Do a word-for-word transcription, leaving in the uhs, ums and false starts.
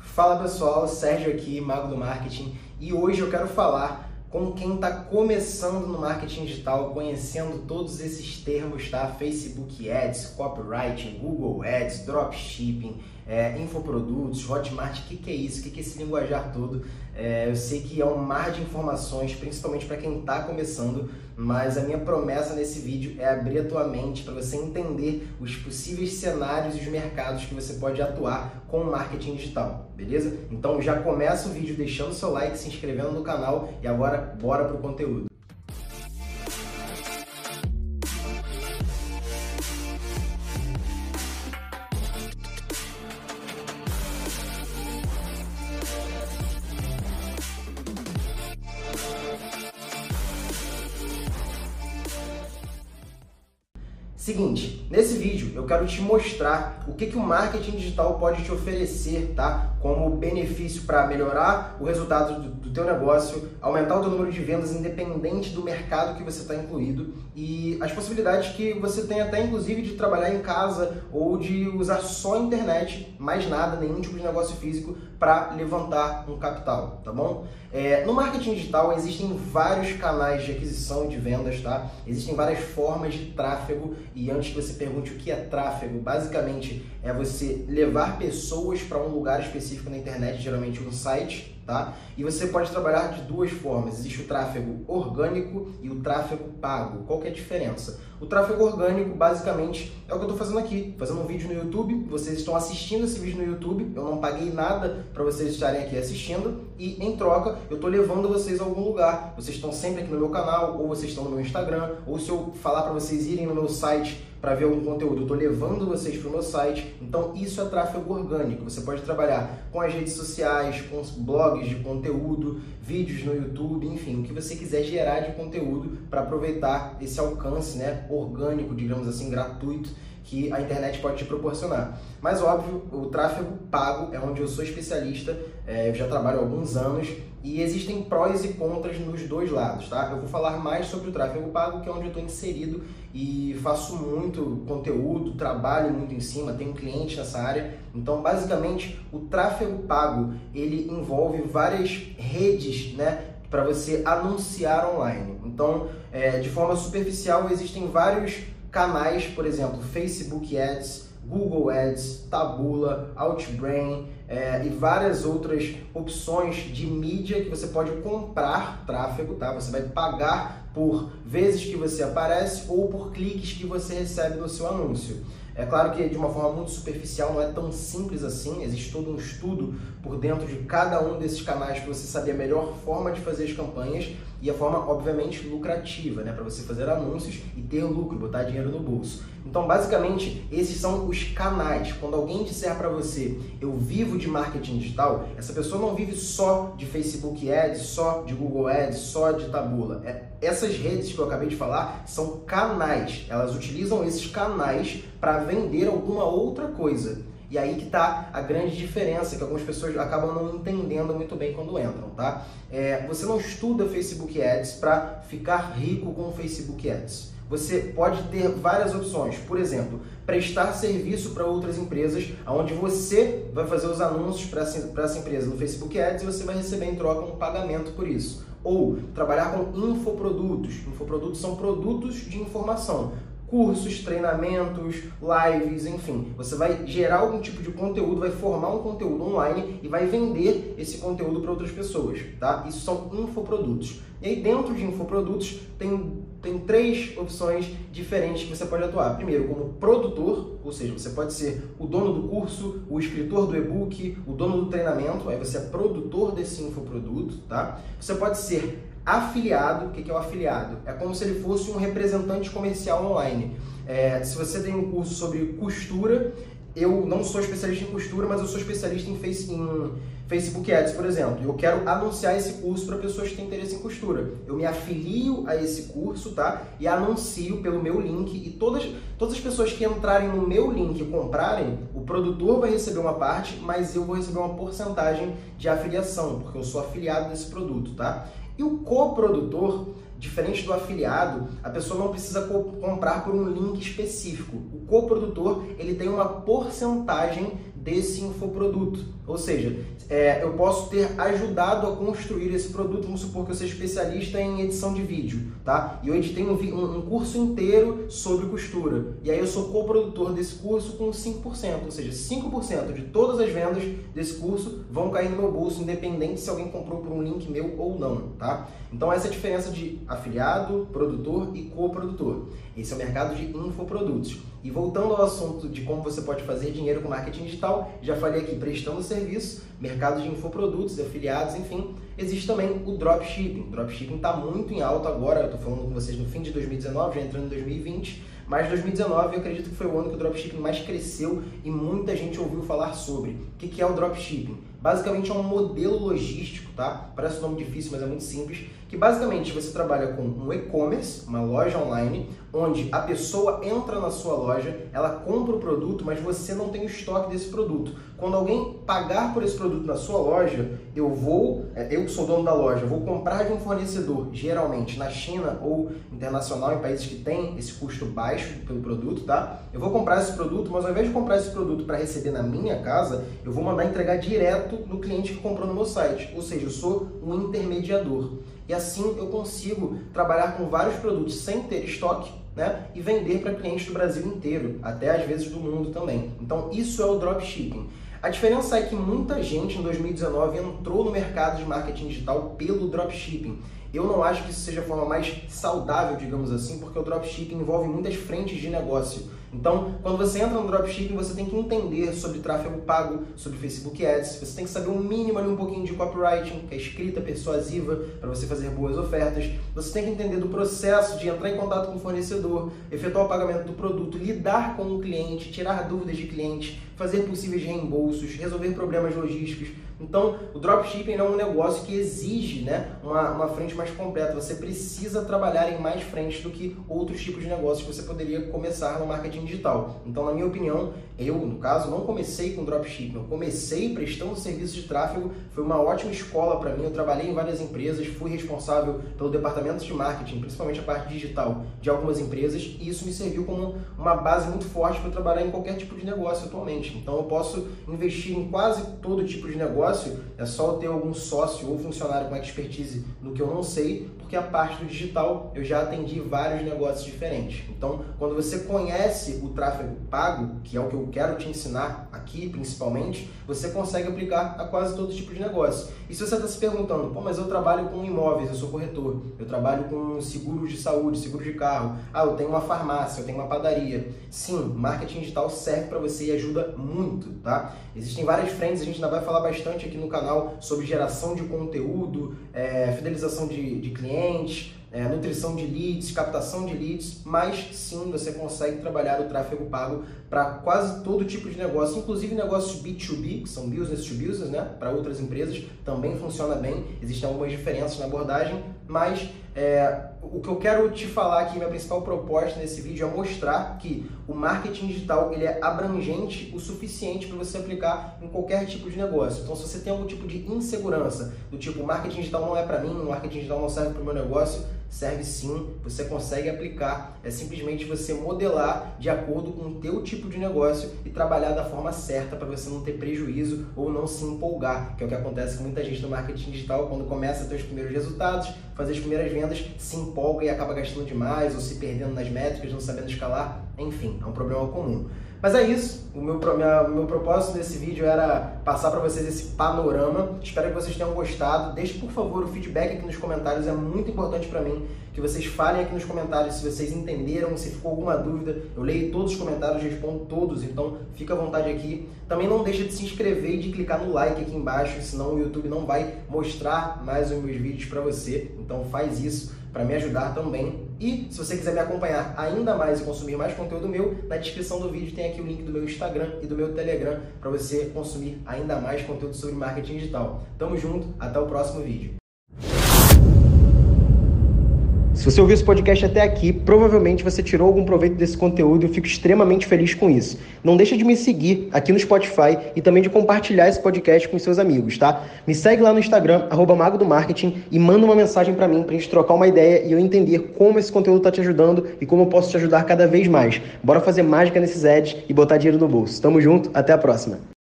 Fala pessoal, Sérgio aqui, Mago do Marketing, e hoje eu quero falar com quem está começando no marketing digital, conhecendo todos esses termos, tá? Facebook Ads, Copywriting, Google Ads, Dropshipping, é, infoprodutos, Hotmart, o que, que é isso? O que, que é esse linguajar todo? É, eu sei que é um mar de informações, principalmente para quem está começando, mas a minha promessa nesse vídeo é abrir a tua mente para você entender os possíveis cenários e os mercados que você pode atuar com o marketing digital, beleza? Então já começa o vídeo deixando seu like, se inscrevendo no canal e agora bora pro conteúdo. Seguinte, nesse vídeo eu quero te mostrar o que, que o marketing digital pode te oferecer, tá? Como benefício para melhorar o resultado do, do teu negócio, aumentar o teu número de vendas independente do mercado que você está incluído e as possibilidades que você tem até inclusive de trabalhar em casa ou de usar só a internet, mais nada, nenhum tipo de negócio físico para levantar um capital, tá bom? É, no marketing digital existem vários canais de aquisição e de vendas, tá? Existem várias formas de tráfego. E antes que você pergunte o que é tráfego, basicamente é você levar pessoas para um lugar específico na internet, geralmente um site, tá? E você pode trabalhar de duas formas. Existe o tráfego orgânico e o tráfego pago. Qual que é a diferença? O tráfego orgânico, basicamente, é o que eu estou fazendo aqui, fazendo um vídeo no YouTube. Vocês estão assistindo esse vídeo no YouTube, eu não paguei nada para vocês estarem aqui assistindo e, em troca, eu estou levando vocês a algum lugar. Vocês estão sempre aqui no meu canal, ou vocês estão no meu Instagram, ou se eu falar para vocês irem no meu site para ver algum conteúdo, eu estou levando vocês para o meu site. Então isso é tráfego orgânico. Você pode trabalhar com as redes sociais, com blogs de conteúdo, vídeos no YouTube, enfim, o que você quiser gerar de conteúdo para aproveitar esse alcance, né, orgânico, digamos assim, gratuito, que a internet pode te proporcionar. Mas óbvio, o tráfego pago é onde eu sou especialista, é, eu já trabalho há alguns anos e existem prós e contras nos dois lados, tá? Eu vou falar mais sobre o tráfego pago, que é onde eu estou inserido e faço muito conteúdo, trabalho muito em cima, tenho clientes nessa área. Então, basicamente, o tráfego pago, ele envolve várias redes, né, para você anunciar online. Então, é, de forma superficial, existem vários canais, por exemplo, Facebook Ads, Google Ads, Taboola, Outbrain é, e várias outras opções de mídia que você pode comprar tráfego, tá? Você vai pagar por vezes que você aparece ou por cliques que você recebe no seu anúncio. É claro que de uma forma muito superficial, não é tão simples assim, existe todo um estudo por dentro de cada um desses canais para você saber a melhor forma de fazer as campanhas e a forma, obviamente, lucrativa, né, para você fazer anúncios e ter lucro, botar dinheiro no bolso. Então, basicamente, esses são os canais. Quando alguém disser para você, eu vivo de marketing digital, essa pessoa não vive só de Facebook Ads, só de Google Ads, só de Taboola. É, essas redes que eu acabei de falar são canais, elas utilizam esses canais para vender alguma outra coisa. E aí que está a grande diferença, que algumas pessoas acabam não entendendo muito bem quando entram, tá? É, você não estuda Facebook Ads para ficar rico com Facebook Ads. Você pode ter várias opções, por exemplo, prestar serviço para outras empresas, onde você vai fazer os anúncios para essa, para essa empresa no Facebook Ads e você vai receber em troca um pagamento por isso. Ou trabalhar com infoprodutos. Infoprodutos são produtos de informação. Cursos, treinamentos, lives, enfim. Você vai gerar algum tipo de conteúdo, vai formar um conteúdo online e vai vender esse conteúdo para outras pessoas, tá? Isso são infoprodutos. E aí dentro de infoprodutos tem, tem três opções diferentes que você pode atuar. Primeiro, como produtor, ou seja, você pode ser o dono do curso, o escritor do e-book, o dono do treinamento, aí você é produtor desse infoproduto, tá? Você pode ser afiliado. O que é o afiliado? É como se ele fosse um representante comercial online. É, se você tem um curso sobre costura, eu não sou especialista em costura, mas eu sou especialista em, face, em Facebook Ads, por exemplo. Eu quero anunciar esse curso para pessoas que têm interesse em costura. Eu me afilio a esse curso, tá? E anuncio pelo meu link e todas, todas as pessoas que entrarem no meu link e comprarem, o produtor vai receber uma parte, mas eu vou receber uma porcentagem de afiliação, porque eu sou afiliado desse produto, tá? E o coprodutor, diferente do afiliado, a pessoa não precisa co comprar por um link específico. O coprodutor, ele tem uma porcentagem desse infoproduto. Ou seja, é, eu posso ter ajudado a construir esse produto. Vamos supor que eu seja especialista em edição de vídeo, tá? E eu editei um, um, um curso inteiro sobre costura. E aí eu sou coprodutor desse curso com cinco por cento. Ou seja, cinco por cento de todas as vendas desse curso vão cair no meu bolso, independente se alguém comprou por um link meu ou não, tá? Então essa é a diferença de afiliado, produtor e coprodutor. Esse é o mercado de infoprodutos. E voltando ao assunto de como você pode fazer dinheiro com marketing digital, já falei aqui prestando serviço, mercado de infoprodutos, afiliados, enfim, existe também o dropshipping. O dropshipping está muito em alta agora, eu estou falando com vocês no fim de dois mil e dezenove, já entrando em dois mil e vinte, mas dois mil e dezenove eu acredito que foi o ano que o dropshipping mais cresceu e muita gente ouviu falar sobre. O que é o dropshipping? Basicamente é um modelo logístico, tá? Parece um nome difícil, mas é muito simples, que basicamente você trabalha com um e-commerce, uma loja online, onde a pessoa entra na sua loja, ela compra o produto, mas você não tem o estoque desse produto. Quando alguém pagar por esse produto na sua loja, eu vou, eu que sou dono da loja, vou comprar de um fornecedor, geralmente na China ou internacional, em países que têm esse custo baixo pelo produto, tá? Eu vou comprar esse produto, mas ao invés de comprar esse produto para receber na minha casa, eu vou mandar entregar direto no cliente que comprou no meu site. Ou seja, eu sou um intermediador. E assim eu consigo trabalhar com vários produtos sem ter estoque, né, e vender para clientes do Brasil inteiro, até às vezes do mundo também. Então isso é o dropshipping. A diferença é que muita gente em dois mil e dezenove entrou no mercado de marketing digital pelo dropshipping. Eu não acho que isso seja a forma mais saudável, digamos assim, porque o dropshipping envolve muitas frentes de negócio. Então, quando você entra no dropshipping, você tem que entender sobre tráfego pago, sobre Facebook Ads, você tem que saber um mínimo ali, um pouquinho de copywriting, que é escrita persuasiva, para você fazer boas ofertas. Você tem que entender do processo de entrar em contato com o fornecedor, efetuar o pagamento do produto, lidar com o cliente, tirar dúvidas de cliente, fazer possíveis reembolsos, resolver problemas logísticos. Então, o dropshipping é um negócio que exige, né, uma, uma frente mais completa. Você precisa trabalhar em mais frentes do que outros tipos de negócios que você poderia começar no marketing digital. Então, na minha opinião, eu, no caso, não comecei com dropshipping. Eu comecei prestando serviço de tráfego. Foi uma ótima escola para mim. Eu trabalhei em várias empresas, fui responsável pelo departamento de marketing, principalmente a parte digital de algumas empresas, e isso me serviu como uma base muito forte para trabalhar em qualquer tipo de negócio atualmente. Então, eu posso investir em quase todo tipo de negócio. É só eu ter algum sócio ou funcionário com expertise no que eu não sei, porque a parte do digital eu já atendi vários negócios diferentes. Então, quando você conhece o tráfego pago, que é o que eu quero te ensinar aqui principalmente, você consegue aplicar a quase todo tipo de negócio. E se você está se perguntando, pô, mas eu trabalho com imóveis, eu sou corretor, eu trabalho com seguros de saúde, seguro de carro, ah, eu tenho uma farmácia, eu tenho uma padaria. Sim, marketing digital serve para você e ajuda muito, tá? Existem várias frentes, a gente ainda vai falar bastante aqui no canal sobre geração de conteúdo, é, fidelização de, de clientes, é, nutrição de leads, captação de leads, mas sim, você consegue trabalhar o tráfego pago para quase todo tipo de negócio, inclusive negócios B dois B, que são business to business, né, para outras empresas, também funciona bem. Existem algumas diferenças na abordagem, mas é, o que eu quero te falar aqui, minha principal proposta nesse vídeo é mostrar que o marketing digital ele é abrangente o suficiente para você aplicar em qualquer tipo de negócio. Então, se você tem algum tipo de insegurança, do tipo, marketing digital não é para mim, o marketing digital não serve para o meu negócio, serve sim, você consegue aplicar, é simplesmente você modelar de acordo com o teu tipo de negócio e trabalhar da forma certa para você não ter prejuízo ou não se empolgar, que é o que acontece com muita gente no marketing digital, quando começa a ter os primeiros resultados, fazer as primeiras vendas, se empolga e acaba gastando demais ou se perdendo nas métricas, não sabendo escalar, enfim, é um problema comum. Mas é isso, o meu, minha, meu propósito nesse vídeo era passar para vocês esse panorama. Espero que vocês tenham gostado. Deixe, por favor, o feedback aqui nos comentários, é muito importante para mim que vocês falem aqui nos comentários se vocês entenderam, se ficou alguma dúvida. Eu leio todos os comentários, respondo todos, então fica à vontade aqui. Também não deixa de se inscrever e de clicar no like aqui embaixo, senão o YouTube não vai mostrar mais os meus vídeos para você. Então faz isso para me ajudar também. E se você quiser me acompanhar ainda mais e consumir mais conteúdo meu, na descrição do vídeo tem aqui o link do meu Instagram e do meu Telegram para você consumir ainda mais conteúdo sobre marketing digital. Tamo junto, até o próximo vídeo. Se você ouviu esse podcast até aqui, provavelmente você tirou algum proveito desse conteúdo e eu fico extremamente feliz com isso. Não deixa de me seguir aqui no Spotify e também de compartilhar esse podcast com seus amigos, tá? Me segue lá no Instagram, arroba Mago do Marketing, e manda uma mensagem para mim, pra gente trocar uma ideia e eu entender como esse conteúdo tá te ajudando e como eu posso te ajudar cada vez mais. Bora fazer mágica nesses ads e botar dinheiro no bolso. Tamo junto, até a próxima.